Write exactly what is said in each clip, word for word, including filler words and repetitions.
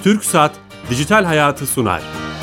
TürkSat Dijital Hayatı sunar.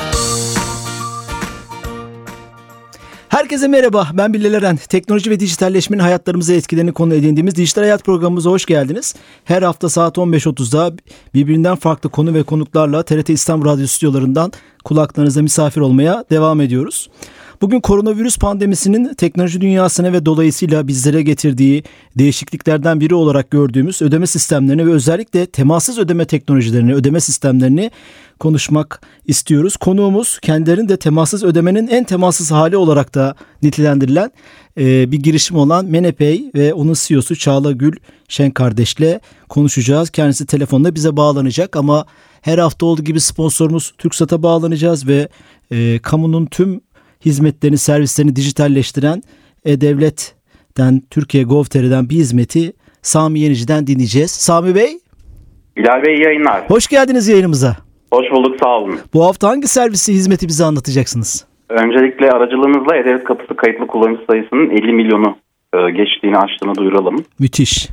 Herkese merhaba, ben Bilal Eren. Teknoloji ve dijitalleşmenin hayatlarımıza etkilerini konu edindiğimiz Dijital Hayat programımıza hoş geldiniz. Her hafta saat on beş otuzda birbirinden farklı konu ve konuklarla T R T İstanbul Radyo stüdyolarından kulaklarınıza misafir olmaya devam ediyoruz. Bugün koronavirüs pandemisinin teknoloji dünyasına ve dolayısıyla bizlere getirdiği değişikliklerden biri olarak gördüğümüz ödeme sistemlerini ve özellikle temassız ödeme teknolojilerini, ödeme sistemlerini konuşmak istiyoruz. Konuğumuz kendilerini de temassız ödemenin en temassız hali olarak da nitelendirilen e, bir girişim olan MenePay ve onun C E O'su Çağla Gül Şen kardeşle konuşacağız. Kendisi telefonla bize bağlanacak ama her hafta olduğu gibi sponsorumuz TürkSat'a bağlanacağız ve e, kamunun tüm hizmetlerini, servislerini dijitalleştiren E-Devlet'ten, Türkiye Gov.tr'den bir hizmeti Sami Yenici'den dinleyeceğiz. Sami Bey. Bilal Bey, iyi yayınlar. Hoş geldiniz yayınımıza. Hoş bulduk, sağ olun. Bu hafta hangi servisi, hizmeti bize anlatacaksınız? Öncelikle aracılığınızla E-Devlet Kapısı kayıtlı kullanıcı sayısının elli milyonu e, geçtiğini, aştığını duyuralım. Müthiş.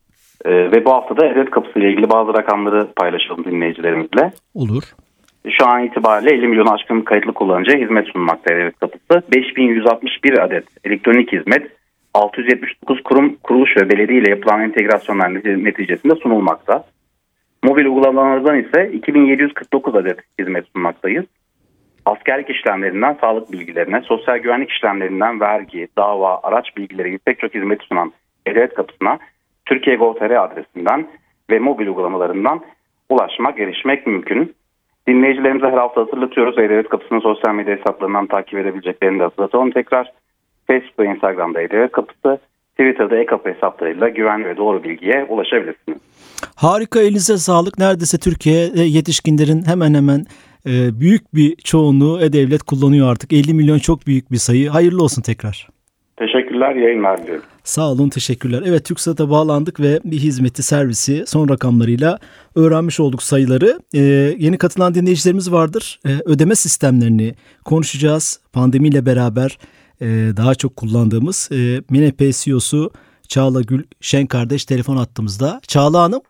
E, ve bu hafta da E-Devlet Kapısı ile ilgili bazı rakamları paylaşalım dinleyicilerimizle. Olur. Şu an itibariyle elli milyonu aşkın kayıtlı kullanıcıya hizmet sunmakta E-Devlet Kapısı. beş bin yüz altmış bir adet elektronik hizmet, altı yüz yetmiş dokuz kurum, kuruluş ve belediye ile yapılan entegrasyonlar neticesinde sunulmakta. Mobil uygulamalardan ise iki bin yedi yüz kırk dokuz adet hizmet sunmaktayız. Askerlik işlemlerinden sağlık bilgilerine, sosyal güvenlik işlemlerinden vergi, dava, araç bilgileri gibi pek çok hizmet sunan E-Devlet Kapısı'na Türkiye Gov.tr adresinden ve mobil uygulamalarından ulaşmak, erişmek mümkün. Dinleyicilerimize her hafta hatırlatıyoruz. E-Devlet Kapısı'nın sosyal medya hesaplarından takip edebileceklerini de hatırlatalım tekrar. Facebook'ta, Instagram'da E-Devlet Kapısı, Twitter'da E-Kapı hesaplarıyla güvenli ve doğru bilgiye ulaşabilirsiniz. Harika, elinize sağlık. Neredeyse Türkiye yetişkinlerin hemen hemen e, büyük bir çoğunluğu E-Devlet kullanıyor artık. elli milyon çok büyük bir sayı. Hayırlı olsun tekrar. Teşekkürler, yayınlar diliyorum. Sağ olun, teşekkürler. Evet, TürkSat'a bağlandık ve bir hizmeti, servisi son rakamlarıyla öğrenmiş olduk sayıları. Ee, yeni katılan dinleyicilerimiz vardır. Ee, ödeme sistemlerini konuşacağız. Pandemiyle beraber e, daha çok kullandığımız e, MenePay C E O'su Çağla Gül Şen kardeş telefon attığımızda. Çağla Hanım.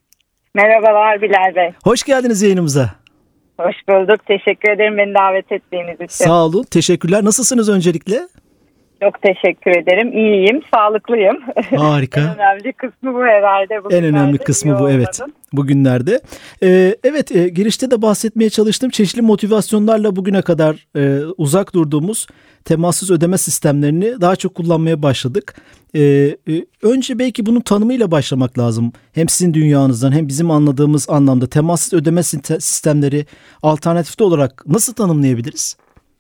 Merhabalar Bilal Bey. Hoş geldiniz yayınımıza. Hoş bulduk. Teşekkür ederim beni davet ettiğiniz için. Sağ olun. Teşekkürler. Nasılsınız öncelikle? Çok teşekkür ederim. İyiyim, sağlıklıyım. Harika. En önemli kısmı bu herhalde. En önemli kısmı bu, evet. Bugünlerde. Ee, evet, e, girişte de bahsetmeye çalıştım. Çeşitli motivasyonlarla bugüne kadar e, uzak durduğumuz temassız ödeme sistemlerini daha çok kullanmaya başladık. Ee, e, önce belki bunun tanımıyla başlamak lazım. Hem sizin dünyanızdan hem bizim anladığımız anlamda temassız ödeme sistemleri alternatifte olarak nasıl tanımlayabiliriz?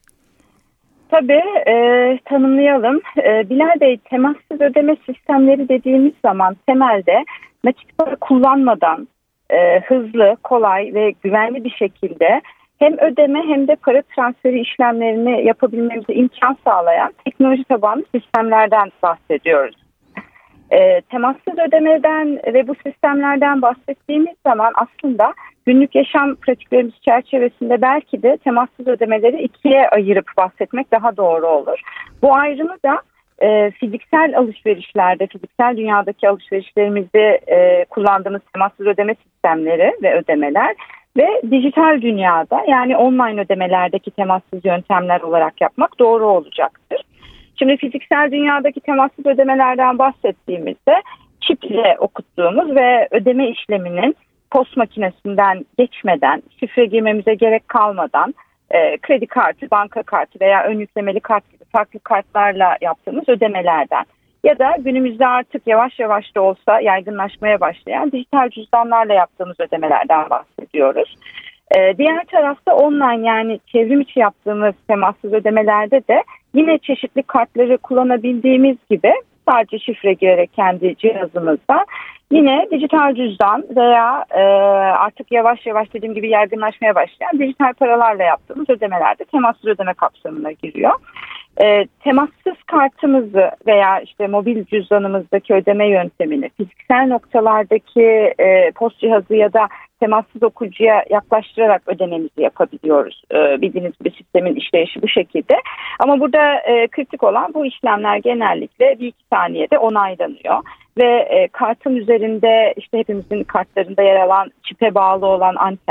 Tabii e, tanımlayalım. E, Bilal Bey, temassız ödeme sistemleri dediğimiz zaman temelde nakit para kullanmadan e, hızlı, kolay ve güvenli bir şekilde hem ödeme hem de para transferi işlemlerini yapabilmemize imkan sağlayan teknoloji tabanlı sistemlerden bahsediyoruz. E, temassız ödemeden ve bu sistemlerden bahsettiğimiz zaman aslında günlük yaşam pratiklerimiz çerçevesinde belki de temassız ödemeleri ikiye ayırıp bahsetmek daha doğru olur. Bu ayrımı da e, fiziksel alışverişlerde, fiziksel dünyadaki alışverişlerimizde e, kullandığımız temassız ödeme sistemleri ve ödemeler ve dijital dünyada, yani online ödemelerdeki temassız yöntemler olarak yapmak doğru olacaktır. Şimdi fiziksel dünyadaki temassız ödemelerden bahsettiğimizde çip ile okuttuğumuz ve ödeme işleminin post makinesinden geçmeden, şifre girmemize gerek kalmadan e, kredi kartı, banka kartı veya ön yüklemeli kart gibi farklı kartlarla yaptığımız ödemelerden ya da günümüzde artık yavaş yavaş da olsa yaygınlaşmaya başlayan dijital cüzdanlarla yaptığımız ödemelerden bahsediyoruz. E, diğer tarafta online, yani çevrim içi yaptığımız temassız ödemelerde de yine çeşitli kartları kullanabildiğimiz gibi sadece şifre girerek kendi cihazımızda yine dijital cüzdan veya e, artık yavaş yavaş dediğim gibi yaygınlaşmaya başlayan dijital paralarla yaptığımız ödemelerde temassız ödeme kapsamına giriyor. E, temassız kartımızı veya işte mobil cüzdanımızdaki ödeme yöntemini fiziksel noktalardaki e, post cihazı ya da temassız okuyucuya yaklaştırarak ödememizi yapabiliyoruz. E, bildiğiniz gibi sistemin işleyişi bu şekilde. Ama burada e, kritik olan bu işlemler genellikle bir iki saniyede onaylanıyor. Ve e, kartın üzerinde işte hepimizin kartlarında yer alan çipe bağlı olan anten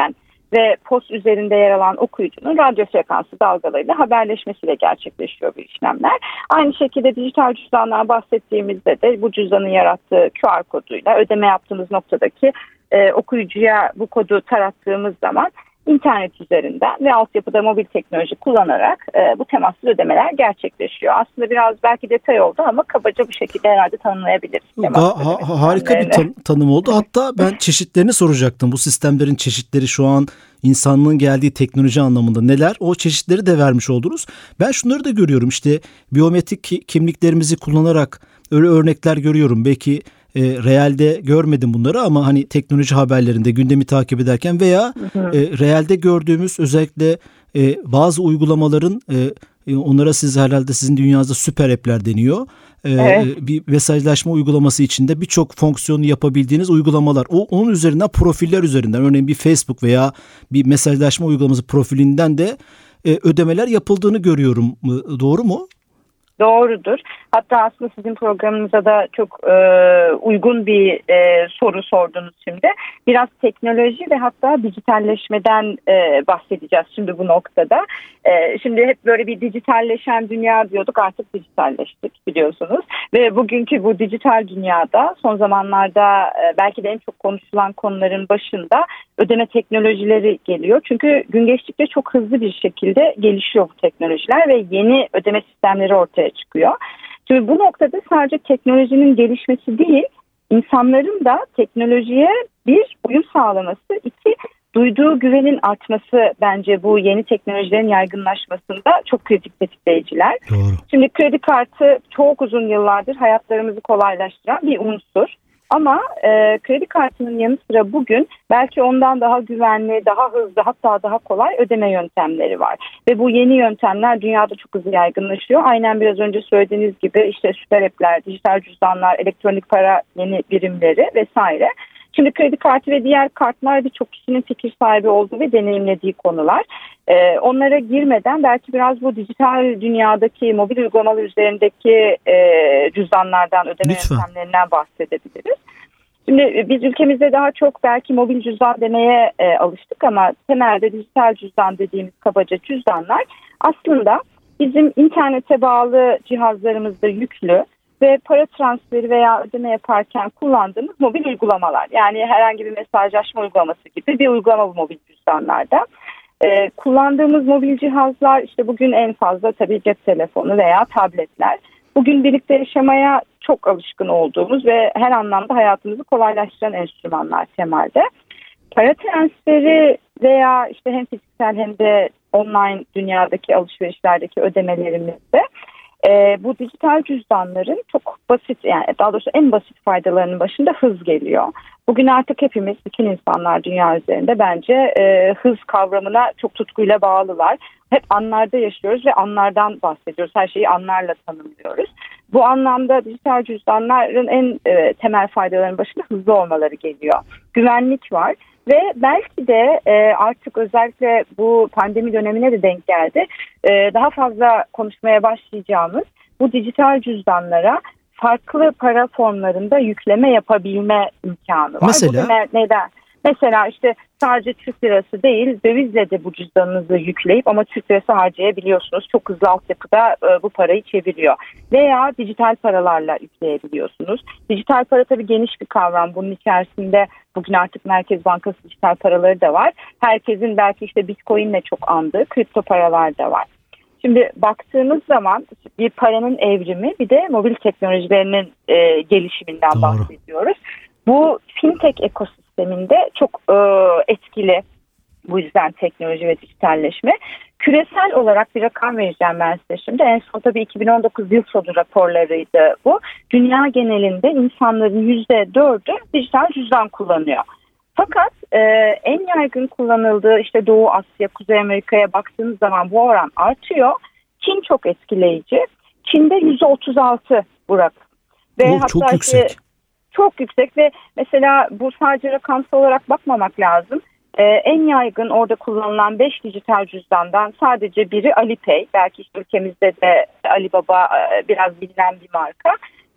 ve post üzerinde yer alan okuyucunun radyo frekansı dalgalarıyla haberleşmesiyle gerçekleşiyor bu işlemler. Aynı şekilde dijital cüzdanlar bahsettiğimizde de bu cüzdanın yarattığı Q R koduyla ödeme yaptığımız noktadaki e, okuyucuya bu kodu tarattığımız zaman İnternet üzerinden ve altyapıda mobil teknoloji kullanarak e, bu temassız ödemeler gerçekleşiyor. Aslında biraz belki detay oldu ama kabaca bu şekilde herhalde tanımlayabiliriz. Ha, ha, harika bir tan- tanım oldu. Hatta ben çeşitlerini soracaktım. Bu sistemlerin çeşitleri şu an insanlığın geldiği teknoloji anlamında neler? O çeşitleri de vermiş oldunuz. Ben şunları da görüyorum. İşte biyometrik ki- kimliklerimizi kullanarak öyle örnekler görüyorum. Belki E, realde görmedim bunları ama hani teknoloji haberlerinde gündemi takip ederken veya hı hı. E, realde gördüğümüz özellikle e, bazı uygulamaların e, onlara siz herhalde sizin dünyanızda süper app'ler deniyor. E, evet. Bir mesajlaşma uygulaması içinde birçok fonksiyonu yapabildiğiniz uygulamalar. O onun üzerinden profiller üzerinden örneğin bir Facebook veya bir mesajlaşma uygulaması profilinden de e, ödemeler yapıldığını görüyorum. Doğru mu? Doğrudur. Hatta aslında sizin programınıza da çok e, uygun bir e, soru sordunuz şimdi. Biraz teknoloji ve hatta dijitalleşmeden e, bahsedeceğiz şimdi bu noktada. E, şimdi hep böyle bir dijitalleşen dünya diyorduk, artık dijitalleştik biliyorsunuz. Ve bugünkü bu dijital dünyada son zamanlarda e, belki de en çok konuşulan konuların başında ödeme teknolojileri geliyor. Çünkü gün geçtikçe çok hızlı bir şekilde gelişiyor bu teknolojiler ve yeni ödeme sistemleri ortaya çıkıyor. Şimdi bu noktada sadece teknolojinin gelişmesi değil, insanların da teknolojiye bir uyum sağlaması, iki duyduğu güvenin artması bence bu yeni teknolojilerin yaygınlaşmasında çok kritik tetikleyiciler. Doğru. Şimdi kredi kartı çok uzun yıllardır hayatlarımızı kolaylaştıran bir unsur. Ama e, kredi kartının yanı sıra bugün belki ondan daha güvenli, daha hızlı, hatta daha kolay ödeme yöntemleri var. Ve bu yeni yöntemler dünyada çok hızlı yaygınlaşıyor. Aynen biraz önce söylediğiniz gibi işte süper app'ler, dijital cüzdanlar, elektronik para yeni birimleri vesaire. Şimdi kredi kartı ve diğer kartlar birçok kişinin fikir sahibi olduğu ve deneyimlediği konular. Ee, onlara girmeden belki biraz bu dijital dünyadaki mobil uygulamalar üzerindeki e, cüzdanlardan, ödeme Lütfen. yöntemlerinden bahsedebiliriz. Şimdi biz ülkemizde daha çok belki mobil cüzdan demeye e, alıştık ama temelde dijital cüzdan dediğimiz kabaca cüzdanlar aslında bizim internete bağlı cihazlarımızda yüklü ve para transferi veya ödeme yaparken kullandığımız mobil uygulamalar. Yani herhangi bir mesajlaşma uygulaması gibi bir uygulama bu mobil cüzdanlarda. Ee, kullandığımız mobil cihazlar işte bugün en fazla tabii cep telefonu veya tabletler. Bugün birlikte yaşamaya çok alışkın olduğumuz ve her anlamda hayatımızı kolaylaştıran enstrümanlar temelde. Para transferi veya işte hem fiziksel hem de online dünyadaki alışverişlerdeki ödemelerimizde Ee, bu dijital cüzdanların çok basit, yani daha doğrusu en basit faydalarının başında hız geliyor. Bugün artık hepimiz, bütün insanlar dünya üzerinde bence e, hız kavramına çok tutkuyla bağlılar. Hep anlarda yaşıyoruz ve anlardan bahsediyoruz. Her şeyi anlarla tanımlıyoruz. Bu anlamda dijital cüzdanların en e, temel faydalarının başında hızlı olmaları geliyor. Güvenlik var. Ve belki de e, artık özellikle bu pandemi dönemine de denk geldi. E, daha fazla konuşmaya başlayacağımız bu dijital cüzdanlara farklı para formlarında yükleme yapabilme imkanı var. Mesela? Bu ne, neden? Mesela işte sadece Türk lirası değil, dövizle de bu cüzdanınızı yükleyip ama Türk lirası harcayabiliyorsunuz. Çok hızlı altyapıda e, bu parayı çeviriyor. Veya dijital paralarla yükleyebiliyorsunuz. Dijital para tabii geniş bir kavram. Bunun içerisinde bugün artık Merkez Bankası dijital paraları da var. Herkesin belki işte Bitcoin'le çok andığı kripto paralar da var. Şimdi baktığımız zaman bir paranın evrimi, bir de mobil teknolojilerinin e, gelişiminden Doğru. bahsediyoruz. Bu fintech ekosisteminde çok e, etkili bu yüzden teknoloji ve dijitalleşme. Küresel olarak bir rakam vereceğim ben size şimdi. En son tabii iki bin on dokuz yıl sonu raporlarıydı bu. Dünya genelinde insanların yüzde dördü dijital cüzdan kullanıyor. Fakat e, en yaygın kullanıldığı işte Doğu Asya, Kuzey Amerika'ya baktığınız zaman bu oran artıyor. Çin çok etkileyici. Çin'de yüzde otuz altı bu rakam. Ve oh, hatta çok yüksek. Işte, çok yüksek ve mesela bu sadece rakamsal olarak bakmamak lazım. Ee, en yaygın orada kullanılan beş dijital cüzdandan sadece biri Alipay. Belki işte ülkemizde de Alibaba e, biraz bilinen bir marka.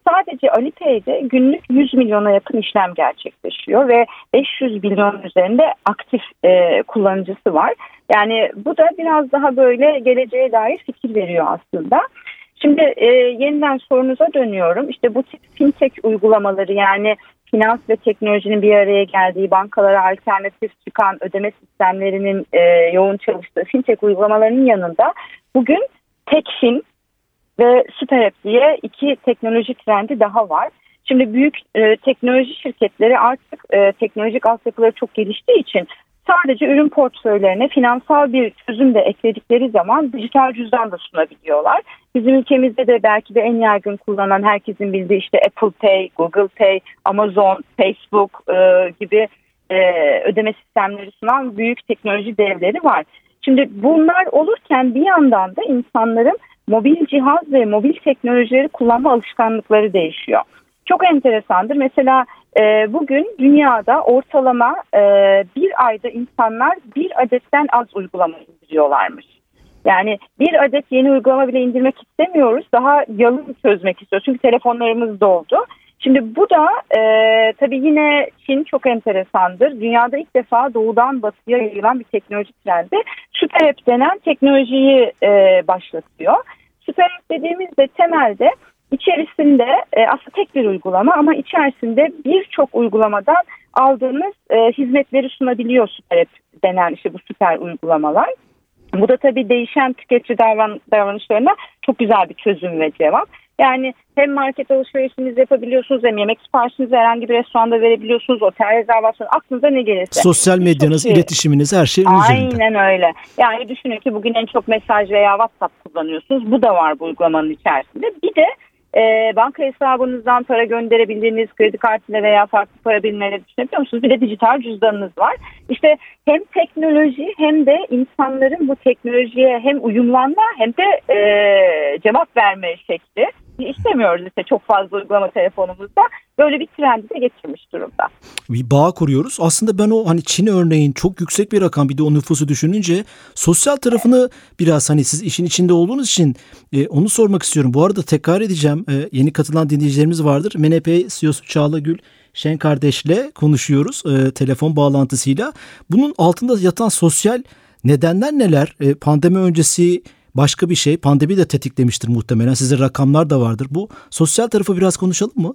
Sadece Alipay'de günlük yüz milyona yakın işlem gerçekleşiyor ve beş yüz milyon üzerinde aktif e, kullanıcısı var. Yani bu da biraz daha böyle geleceğe dair fikir veriyor aslında. Şimdi e, yeniden sorunuza dönüyorum. İşte bu tip fintech uygulamaları, yani finans ve teknolojinin bir araya geldiği, bankalara alternatif çıkan ödeme sistemlerinin e, yoğun çalıştığı fintech uygulamalarının yanında bugün Tekfin ve SüperApp diye iki teknoloji trendi daha var. Şimdi büyük e, teknoloji şirketleri artık e, teknolojik altyapıları çok geliştiği için sadece ürün portföylerine finansal bir çözüm de ekledikleri zaman dijital cüzdan da sunabiliyorlar. Bizim ülkemizde de belki de en yaygın kullanan, herkesin bildiği işte Apple Pay, Google Pay, Amazon, Facebook e, gibi e, ödeme sistemleri sunan büyük teknoloji devleri var. Şimdi bunlar olurken bir yandan da insanların mobil cihaz ve mobil teknolojileri kullanma alışkanlıkları değişiyor. Çok enteresandır. Mesela e, bugün dünyada ortalama e, bir ayda insanlar bir adetten az uygulama indiriyorlarmış. Yani bir adet yeni uygulama bile indirmek istemiyoruz. Daha yalın çözmek istiyoruz. Çünkü telefonlarımız doldu. Şimdi bu da e, tabii yine Çin çok enteresandır. Dünyada ilk defa doğudan batıya yayılan bir teknoloji trendi. SüperApp denen teknolojiyi e, başlatıyor. SüperApp dediğimizde temelde içerisinde e, aslında tek bir uygulama ama içerisinde birçok uygulamadan aldığınız e, hizmetleri sunabiliyor SüperApp denen işte bu süper uygulamalar. Bu da tabii değişen tüketici davran, davranışlarına çok güzel bir çözüm ve cevap. Yani hem market alışverişinizi yapabiliyorsunuz, hem yemek siparişinizi herhangi bir restoranda verebiliyorsunuz, otel rezervasyonu, aklınıza ne gelirse. Sosyal medyanız, şey, iletişiminiz, her şey üzerinde. Aynen öyle. Yani düşünün ki bugün en çok mesaj veya WhatsApp kullanıyorsunuz. Bu da var bu uygulamanın içerisinde. Bir de e, banka hesabınızdan para gönderebildiğiniz, kredi kartıyla veya farklı para birimleriyle düşünebiliyor musunuz? Bir de dijital cüzdanınız var. İşte hem teknoloji hem de insanların bu teknolojiye hem uyumlanma hem de e, cevap verme şekli. İstemiyoruz işte çok fazla uygulama telefonumuzda. Böyle bir trendi de getirmiş durumda. Bir bağ kuruyoruz. Aslında ben o hani Çin örneğin çok yüksek bir rakam, bir de o nüfusu düşününce sosyal tarafını biraz, hani siz işin içinde olduğunuz için e, onu sormak istiyorum. Bu arada tekrar edeceğim. E, yeni katılan dinleyicilerimiz vardır. M N P C E O'su Çağla Gül Şen kardeşle konuşuyoruz e, telefon bağlantısıyla. Bunun altında yatan sosyal nedenler neler? E, pandemi öncesi başka bir şey. Pandemi de tetiklemiştir muhtemelen. Size rakamlar da vardır. Bu sosyal tarafı biraz konuşalım mı?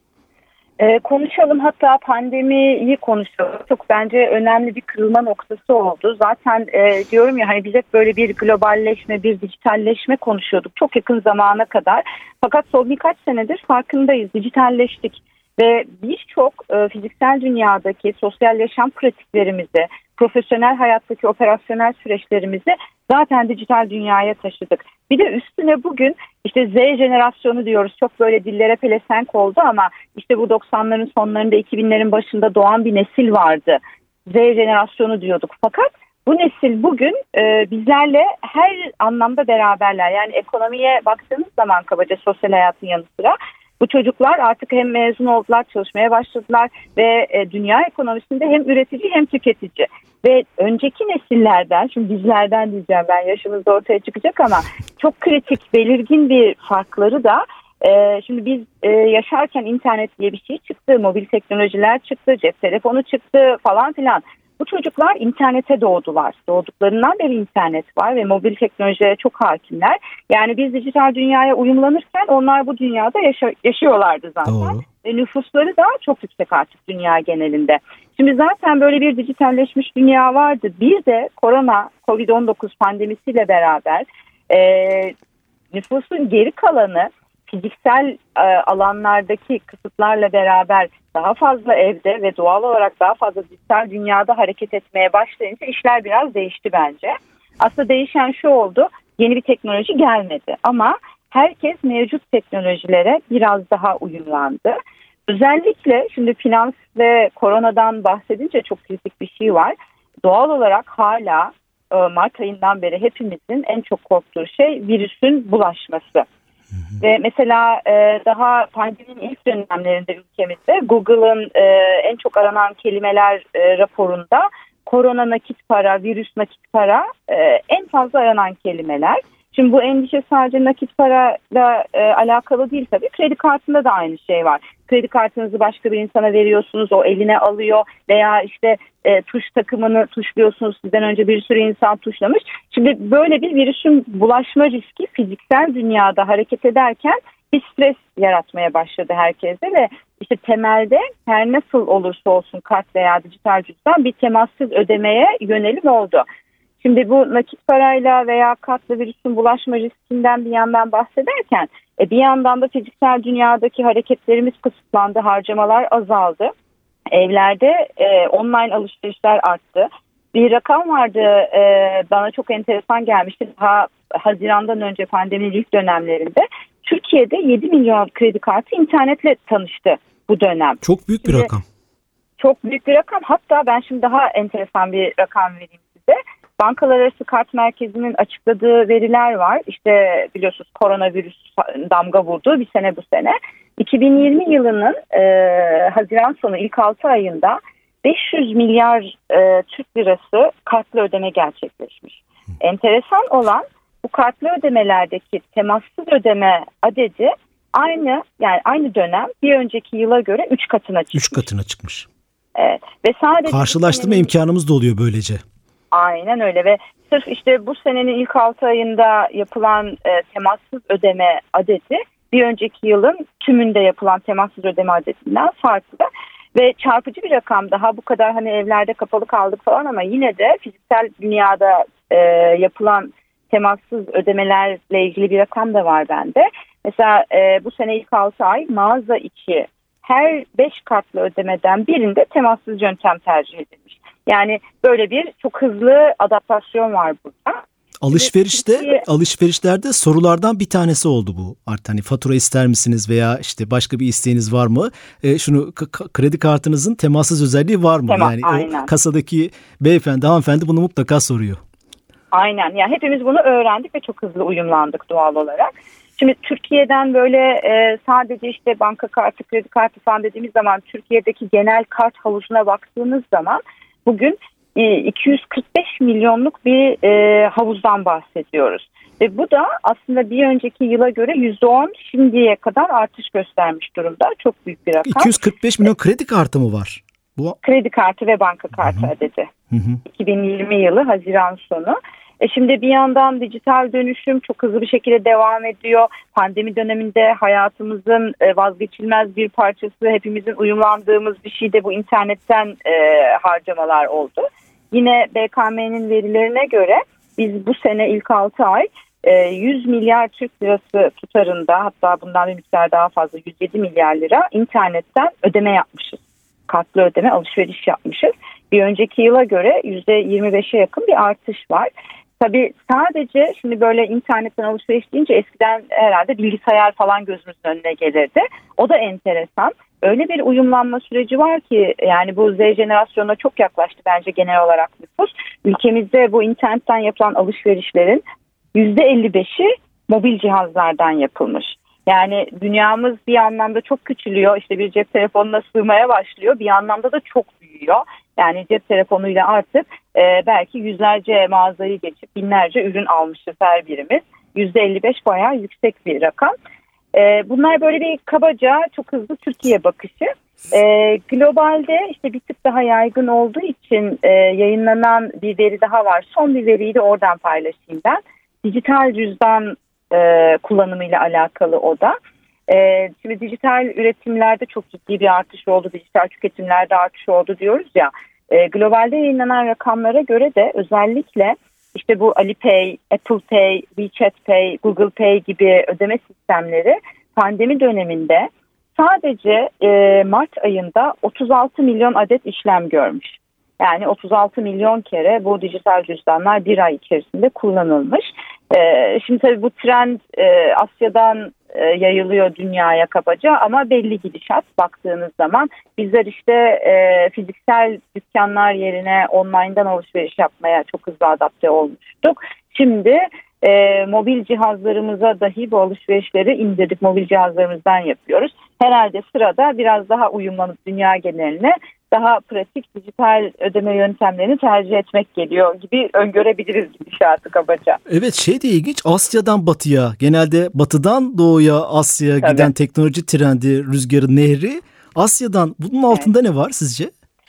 Ee, konuşalım. Hatta pandemiyi konuşalım. Çok bence önemli bir kırılma noktası oldu. Zaten e, diyorum ya, hani biz hep böyle bir globalleşme, bir dijitalleşme konuşuyorduk çok yakın zamana kadar. Fakat son birkaç senedir farkındayız. Dijitalleştik. Ve birçok e, fiziksel dünyadaki sosyal yaşam pratiklerimizi, profesyonel hayattaki operasyonel süreçlerimizi zaten dijital dünyaya taşıdık. Bir de üstüne bugün işte Z jenerasyonu diyoruz. Çok böyle dillere pelesenk oldu ama işte bu doksanların sonlarında, iki binlerin başında doğan bir nesil vardı. Z jenerasyonu diyorduk. Fakat bu nesil bugün e, bizlerle her anlamda beraberler. Yani ekonomiye baktığınız zaman kabaca sosyal hayatın yanı sıra bu çocuklar artık hem mezun oldular, çalışmaya başladılar ve e, dünya ekonomisinde hem üretici hem tüketici. Ve önceki nesillerden, şimdi bizlerden diyeceğim ben, yaşımız da ortaya çıkacak ama çok kritik, belirgin bir farkları da e, şimdi biz e, yaşarken internet diye bir şey çıktı, mobil teknolojiler çıktı, cep telefonu çıktı falan filan. Bu çocuklar internete doğdular. Doğduklarından beri internet var ve mobil teknolojilere çok hakimler. Yani biz dijital dünyaya uyumlanırken onlar bu dünyada yaşa- yaşıyorlardı zaten. Doğru. Ve nüfusları da çok yüksek artık dünya genelinde. Şimdi zaten böyle bir dijitalleşmiş dünya vardı. Bir de korona, kovid on dokuz pandemisiyle beraber e, nüfusun geri kalanı fiziksel e, alanlardaki kısıtlarla beraber daha fazla evde ve doğal olarak daha fazla dijital dünyada hareket etmeye başlayınca işler biraz değişti bence. Aslında değişen şu oldu, yeni bir teknoloji gelmedi ama herkes mevcut teknolojilere biraz daha uyumlandı. Özellikle şimdi finans ve koronadan bahsedince çok kritik bir şey var. Doğal olarak hala Mart ayından beri hepimizin en çok korktuğu şey virüsün bulaşması. Ve mesela e, daha pandeminin ilk dönemlerinde ülkemizde Google'ın e, en çok aranan kelimeler e, raporunda korona nakit para, virüs nakit para e, en fazla aranan kelimeler. Şimdi bu endişe sadece nakit parayla e, alakalı değil tabii. Kredi kartında da aynı şey var. Kredi kartınızı başka bir insana veriyorsunuz, o eline alıyor veya işte e, tuş takımını tuşluyorsunuz. Sizden önce bir sürü insan tuşlamış. Şimdi böyle bir virüsün bulaşma riski fiziksel dünyada hareket ederken bir stres yaratmaya başladı herkese ve işte temelde her nasıl olursa olsun kart veya dijital cüzdan bir temassız ödemeye yönelim oldu. Şimdi bu nakit parayla veya kartla virüsün bulaşma riskinden bir yandan bahsederken e, bir yandan da fiziksel dünyadaki hareketlerimiz kısıtlandı, harcamalar azaldı. Evlerde e, online alışverişler arttı. Bir rakam vardı e, bana çok enteresan gelmişti. Daha Haziran'dan önce pandeminin ilk dönemlerinde Türkiye'de yedi milyon kredi kartı internetle tanıştı bu dönem. Çok büyük bir şimdi, rakam. Çok büyük bir rakam. Hatta ben şimdi daha enteresan bir rakam vereyim size. Bankalar Arası Kart Merkezi'nin açıkladığı veriler var. İşte biliyorsunuz koronavirüs damga vurdu bir sene bu sene. iki bin yirmi yılının e, Haziran sonu ilk altı ayında beş yüz milyar e, Türk lirası kartlı ödeme gerçekleşmiş. Enteresan olan bu kartlı ödemelerdeki temassız ödeme adedi aynı yani aynı dönem bir önceki yıla göre üç katına çıkmış. üç katına çıkmış. Evet. Ve sadece karşılaştırma senenin... imkanımız da oluyor böylece. Aynen öyle ve sırf işte bu senenin ilk altı ayında yapılan e, temassız ödeme adeti bir önceki yılın tümünde yapılan temassız ödeme adetinden farklı ve çarpıcı bir rakam daha bu kadar hani evlerde kapalı kaldık falan ama yine de fiziksel dünyada e, yapılan temassız ödemelerle ilgili bir rakam da var bende. Mesela e, bu sene ilk altı ay mağaza içi her beş kartlı ödemeden birinde temassız yöntem tercih edilmiş. Yani böyle bir çok hızlı adaptasyon var burada. Alışverişte Türkiye... alışverişlerde sorulardan bir tanesi oldu bu. Artık hani fatura ister misiniz veya işte başka bir isteğiniz var mı? E, şunu k- kredi kartınızın temassız özelliği var mı? Tema, yani aynen. O kasadaki beyefendi, hanımefendi bunu mutlaka soruyor. Aynen. Yani hepimiz bunu öğrendik ve çok hızlı uyumlandık doğal olarak. Şimdi Türkiye'den böyle e, sadece işte banka kartı, kredi kartı falan dediğimiz zaman Türkiye'deki genel kart havuzuna baktığımız zaman bugün e, iki yüz kırk beş milyonluk bir e, havuzdan bahsediyoruz. Ve bu da aslında bir önceki yıla göre yüzde on şimdiye kadar artış göstermiş durumda. Çok büyük bir rakam. iki yüz kırk beş milyon kredi kartı mı var? Bu... Kredi kartı ve banka kartı Hı-hı. adedi. Hı-hı. iki bin yirmi yılı Haziran sonu. E şimdi bir yandan dijital dönüşüm çok hızlı bir şekilde devam ediyor. Pandemi döneminde hayatımızın vazgeçilmez bir parçası, hepimizin uyumlandığımız bir şey de bu internetten e, harcamalar oldu. Yine B K M'nin verilerine göre biz bu sene ilk altı ay e, yüz milyar Türk lirası tutarında, hatta bundan bir miktar daha fazla yüz yedi milyar lira internetten ödeme yapmışız. Kartlı ödeme, alışveriş yapmışız. Bir önceki yıla göre yüzde yirmi beşe yakın bir artış var. Tabii sadece şimdi böyle internetten alışveriş deyince eskiden herhalde bilgisayar falan gözümüzün önüne gelirdi. O da enteresan. Öyle bir uyumlanma süreci var ki yani bu Z jenerasyonuna çok yaklaştı bence genel olarak nüfus. Ülkemizde bu internetten yapılan alışverişlerin yüzde elli beşi mobil cihazlardan yapılmış. Yani dünyamız bir anlamda çok küçülüyor. İşte bir cep telefonuna sığmaya başlıyor. Bir anlamda da çok büyüyor. Yani cep telefonuyla artık e, belki yüzlerce mağazayı geçip binlerce ürün almışız her birimiz. yüzde elli beş bayağı yüksek bir rakam. E, bunlar böyle bir kabaca çok hızlı Türkiye bakışı. E, globalde işte bir tık daha yaygın olduğu için e, yayınlanan bir veri daha var. Son bir veriyi de oradan paylaşayım ben. Dijital cüzdan e, kullanımıyla alakalı o da. E, şimdi dijital üretimlerde çok ciddi bir artış oldu. Dijital tüketimlerde artış oldu diyoruz ya. E, globalde yayınlanan rakamlara göre de özellikle işte bu Alipay, Apple Pay, WeChat Pay, Google Pay gibi ödeme sistemleri pandemi döneminde sadece e, Mart ayında otuz altı milyon adet işlem görmüş. Yani otuz altı milyon kere bu dijital cüzdanlar bir ay içerisinde kullanılmış. Ee, şimdi tabii bu trend e, Asya'dan e, yayılıyor dünyaya kabaca ama belli gidişat baktığınız zaman bizler işte e, fiziksel dükkanlar yerine online'dan alışveriş yapmaya çok hızlı adapte olmuştuk. Şimdi e, mobil cihazlarımıza dahi bu alışverişleri indirdik, mobil cihazlarımızdan yapıyoruz. Herhalde sırada biraz daha uyumlanıp dünya geneline daha pratik dijital ödeme yöntemlerini tercih etmek geliyor gibi öngörebiliriz gidişatı kabaca. Evet, şey de ilginç, Asya'dan batıya, genelde batıdan doğuya, Asya'ya Tabii. giden teknoloji trendi, rüzgarı, nehri Asya'dan, bunun altında evet. Ne var sizce?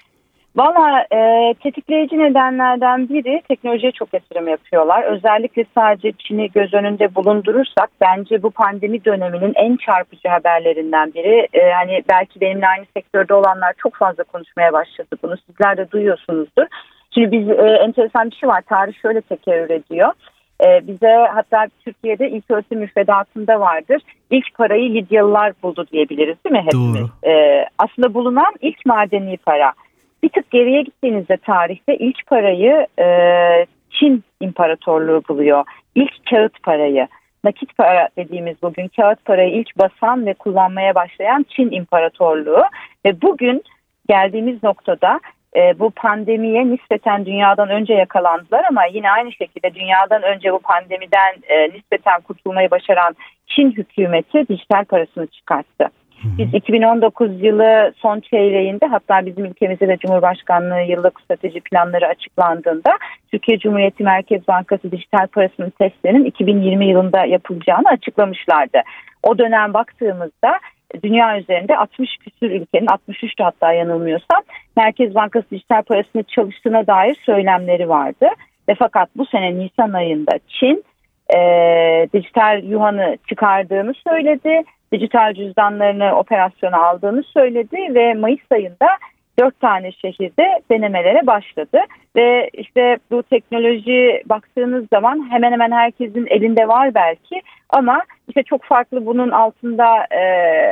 Valla e, tetikleyici nedenlerden biri teknolojiye çok yatırım yapıyorlar. Özellikle sadece Çin'i göz önünde bulundurursak bence bu pandemi döneminin en çarpıcı haberlerinden biri. E, hani belki benimle aynı sektörde olanlar çok fazla konuşmaya başladı bunu. Sizler de duyuyorsunuzdur. Şimdi biz e, enteresan bir şey var. Tarih şöyle tekerrür ediyor. E, bize hatta Türkiye'de ilk öğretim müfredatında vardır. İlk parayı Lidyalılar buldu diyebiliriz değil mi hepimiz? Doğru. E, aslında bulunan ilk madeni para. Bir tık geriye gittiğinizde tarihte ilk parayı e, Çin İmparatorluğu buluyor. İlk kağıt parayı, nakit para dediğimiz bugün kağıt parayı ilk basan ve kullanmaya başlayan Çin İmparatorluğu. Ve bugün geldiğimiz noktada e, bu pandemiye nispeten dünyadan önce yakalandılar ama yine aynı şekilde dünyadan önce bu pandemiden e, nispeten kurtulmayı başaran Çin hükümeti dijital parasını çıkarttı. Biz iki bin on dokuz yılı son çeyreğinde, hatta bizim ülkemizde de Cumhurbaşkanlığı yıllık strateji planları açıklandığında Türkiye Cumhuriyeti Merkez Bankası dijital parasının testlerinin iki bin yirmi yılında yapılacağını açıklamışlardı. O dönem baktığımızda dünya üzerinde altmış küsur ülkenin, altmış üçte hatta yanılmıyorsam, Merkez Bankası dijital parasını çalıştığına dair söylemleri vardı. Ve fakat bu sene Nisan ayında Çin e, dijital yuanı çıkardığını söyledi. Dijital cüzdanlarını operasyona aldığını söyledi ve Mayıs ayında dört tane şehirde denemelere başladı. Ve işte bu teknoloji baktığınız zaman hemen hemen herkesin elinde var belki ama işte çok farklı, bunun altında e,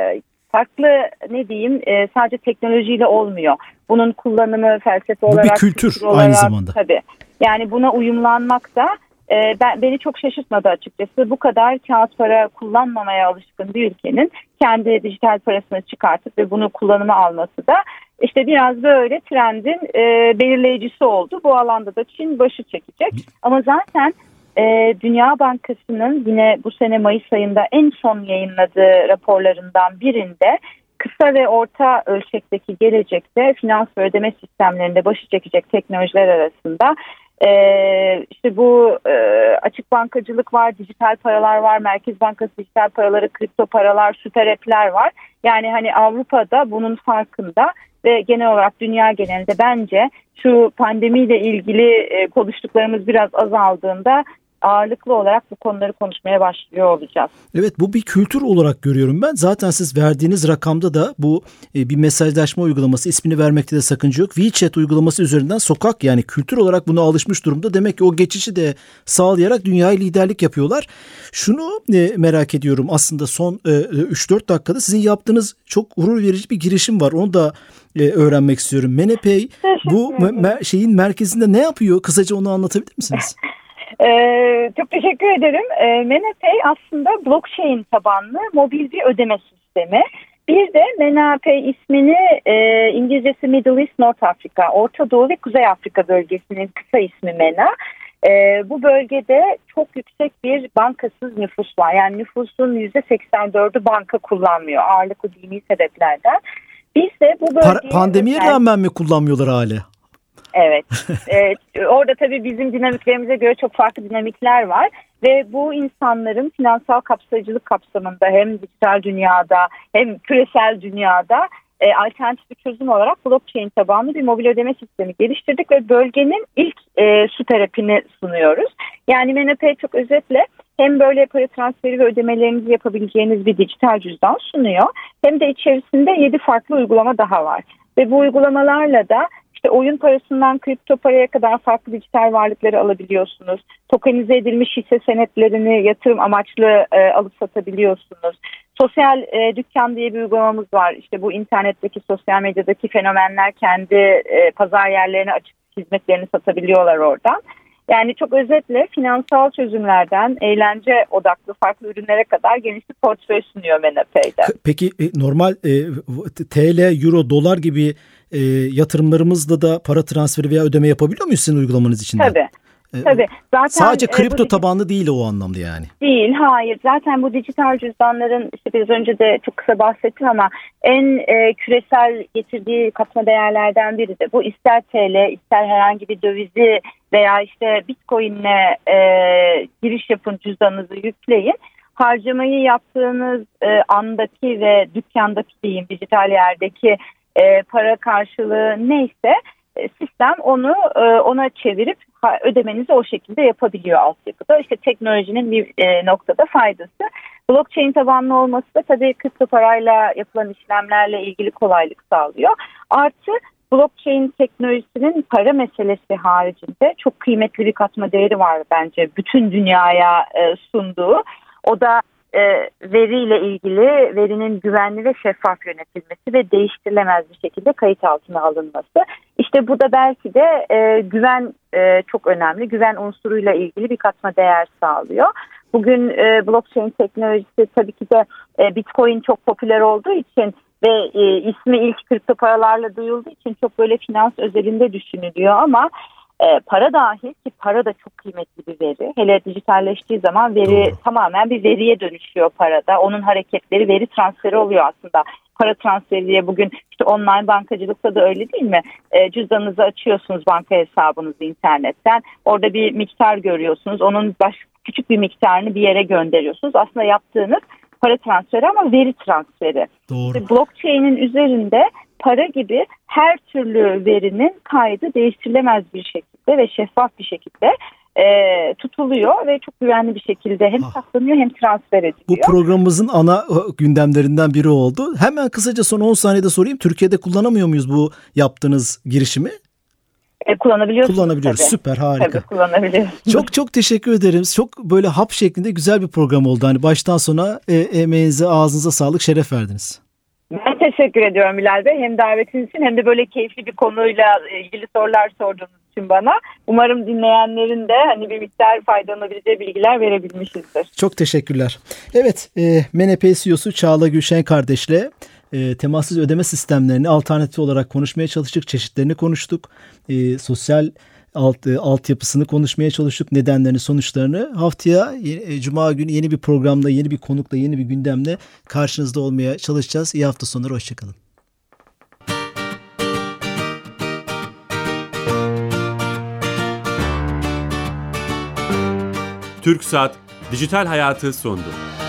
farklı ne diyeyim e, sadece teknolojiyle olmuyor. Bunun kullanımı felsefe olarak, bu bir kültür, kültür olarak, aynı zamanda. Tabii. Yani buna uyumlanmak da e, ben, beni çok şaşırtmadı açıkçası. Bu kadar kağıt para kullanmamaya alışkın bir ülkenin kendi dijital parasını çıkartıp ve bunu kullanıma alması da işte biraz böyle trendin e, belirleyicisi oldu. Bu alanda da Çin başı çekecek. Ama zaten e, Dünya Bankası'nın yine bu sene Mayıs ayında en son yayınladığı raporlarından birinde kısa ve orta ölçekteki gelecekte finans ve ödeme sistemlerinde başı çekecek teknolojiler arasında Ee, işte bu e, açık bankacılık var, dijital paralar var, Merkez Bankası dijital paraları, kripto paralar, süper app'ler var. Yani hani Avrupa'da bunun farkında ve genel olarak dünya genelinde bence şu pandemiyle ilgili e, konuştuklarımız biraz azaldığında ağırlıklı olarak bu konuları konuşmaya başlıyor olacağız. Evet, bu bir kültür olarak görüyorum ben. Zaten siz verdiğiniz rakamda da bu e, bir mesajlaşma uygulaması, ismini vermekte de sakınca yok. WeChat uygulaması üzerinden sokak, yani kültür olarak buna alışmış durumda. Demek ki o geçişi de sağlayarak dünyaya liderlik yapıyorlar. Şunu e, merak ediyorum, aslında son e, üç dört dakikada sizin yaptığınız çok gurur verici bir girişim var. Onu da e, öğrenmek istiyorum. MenePay bu me- şeyin merkezinde ne yapıyor? Kısaca onu anlatabilir misiniz? Ee, çok teşekkür ederim. Ee, MenePay aslında blockchain tabanlı mobil bir ödeme sistemi. Bir de MenaPay ismini e, İngilizcesi Middle East, North Africa, Orta Doğu ve Kuzey Afrika bölgesinin kısa ismi Mena. E, bu bölgede çok yüksek bir bankasız nüfus var. Yani nüfusun yüzde seksen dördü banka kullanmıyor ağırlıklı dini sebeplerden. Biz de bu bölgeye... Pa- pandemiye özel... rağmen mi kullanmıyorlar hali? Evet. evet. Orada tabii bizim dinamiklerimize göre çok farklı dinamikler var ve bu insanların finansal kapsayıcılık kapsamında hem dijital dünyada hem küresel dünyada e, alternatif bir çözüm olarak blockchain tabanlı bir mobil ödeme sistemi geliştirdik ve bölgenin ilk e, süper app'ini sunuyoruz. Yani MenaPay çok özetle hem böyle para transferi ve ödemelerinizi yapabileceğiniz bir dijital cüzdan sunuyor, hem de içerisinde yedi farklı uygulama daha var. Ve bu uygulamalarla da İşte oyun parasından kripto paraya kadar farklı dijital varlıkları alabiliyorsunuz. Tokenize edilmiş hisse senetlerini yatırım amaçlı e, alıp satabiliyorsunuz. Sosyal e, dükkan diye bir uygulamamız var. İşte bu internetteki, sosyal medyadaki fenomenler kendi e, pazar yerlerine açıp hizmetlerini satabiliyorlar oradan. Yani çok özetle finansal çözümlerden eğlence odaklı farklı ürünlere kadar geniş bir portföy sunuyor MenaPay'de. Peki normal e, T L, Euro, Dolar gibi e, yatırımlarımızla da para transferi veya ödeme yapabiliyor muyuz sizin uygulamanız içinde? Tabii. Tabii. Zaten, sadece kripto e, bu, tabanlı değil o anlamda yani. Değil, hayır. Zaten bu dijital cüzdanların işte biraz önce de çok kısa bahsettim ama en e, küresel getirdiği katma değerlerden biri de bu. İster T L, ister herhangi bir dövizi veya işte Bitcoin'le e, giriş yapın, cüzdanınızı yükleyin. Harcamayı yaptığınız e, andaki ve dükkandaki diyeyim dijital yerdeki e, para karşılığı neyse e, sistem onu e, ona çevirip ha, ödemenizi o şekilde yapabiliyor altyapıda. İşte teknolojinin bir e, noktada faydası. Blockchain tabanlı olması da tabii kripto parayla yapılan işlemlerle ilgili kolaylık sağlıyor. Artı blockchain teknolojisinin para meselesi haricinde çok kıymetli bir katma değeri var bence bütün dünyaya e, sunduğu. O da e, veriyle ilgili verinin güvenli ve şeffaf yönetilmesi ve değiştirilemez bir şekilde kayıt altına alınması. İşte bu da belki de e, güven e, çok önemli. Güven unsuruyla ilgili bir katma değer sağlıyor. Bugün e, blockchain teknolojisi tabii ki de e, Bitcoin çok popüler olduğu için ve e, ismi ilk kripto paralarla duyulduğu için çok böyle finans özelinde düşünülüyor ama e, para dahil ki para da çok kıymetli bir veri. Hele dijitalleştiği zaman veri Doğru. tamamen bir veriye dönüşüyor parada. Onun hareketleri veri transferi oluyor aslında. Para transferi diye bugün işte online bankacılıkta da öyle değil mi? E, cüzdanınızı açıyorsunuz banka hesabınızı internetten. Orada bir miktar görüyorsunuz. Onun baş, küçük bir miktarını bir yere gönderiyorsunuz. Aslında yaptığınız para transferi ama veri transferi. Doğru. Blockchain'in üzerinde para gibi her türlü verinin kaydı değiştirilemez bir şekilde ve şeffaf bir şekilde e, tutuluyor ve çok güvenli bir şekilde hem ah. saklanıyor hem transfer ediliyor. Bu programımızın ana gündemlerinden biri oldu. Hemen kısaca son on saniyede sorayım. Türkiye'de kullanamıyor muyuz bu yaptığınız girişimi? E, kullanabiliyorsunuz. Kullanabiliyoruz. Tabii. Süper, harika. Tabii kullanabiliyorsunuz. Çok çok teşekkür ederim. Çok böyle hap şeklinde güzel bir program oldu. Hani baştan sona e, emeğinize, ağzınıza sağlık, şeref verdiniz. Ben teşekkür ediyorum Bilal Bey. Hem davetiniz için hem de böyle keyifli bir konuyla ilgili sorular sorduğunuz için bana. Umarım dinleyenlerin de hani bir miktar faydalanabileceği bilgiler verebilmişizdir. Çok teşekkürler. Evet, e, M N P C E O'su Çağla Gülşen kardeşle e, temassız ödeme sistemlerini alternatif olarak konuşmaya çalıştık. Çeşitlerini konuştuk. E, sosyal alt e, altyapısını konuşmaya çalıştık. Nedenlerini, sonuçlarını. Haftaya e, Cuma günü yeni bir programda, yeni bir konukla, yeni bir gündemle karşınızda olmaya çalışacağız. İyi hafta sonları, hoşçakalın. TürkSat Dijital Hayatı sondu.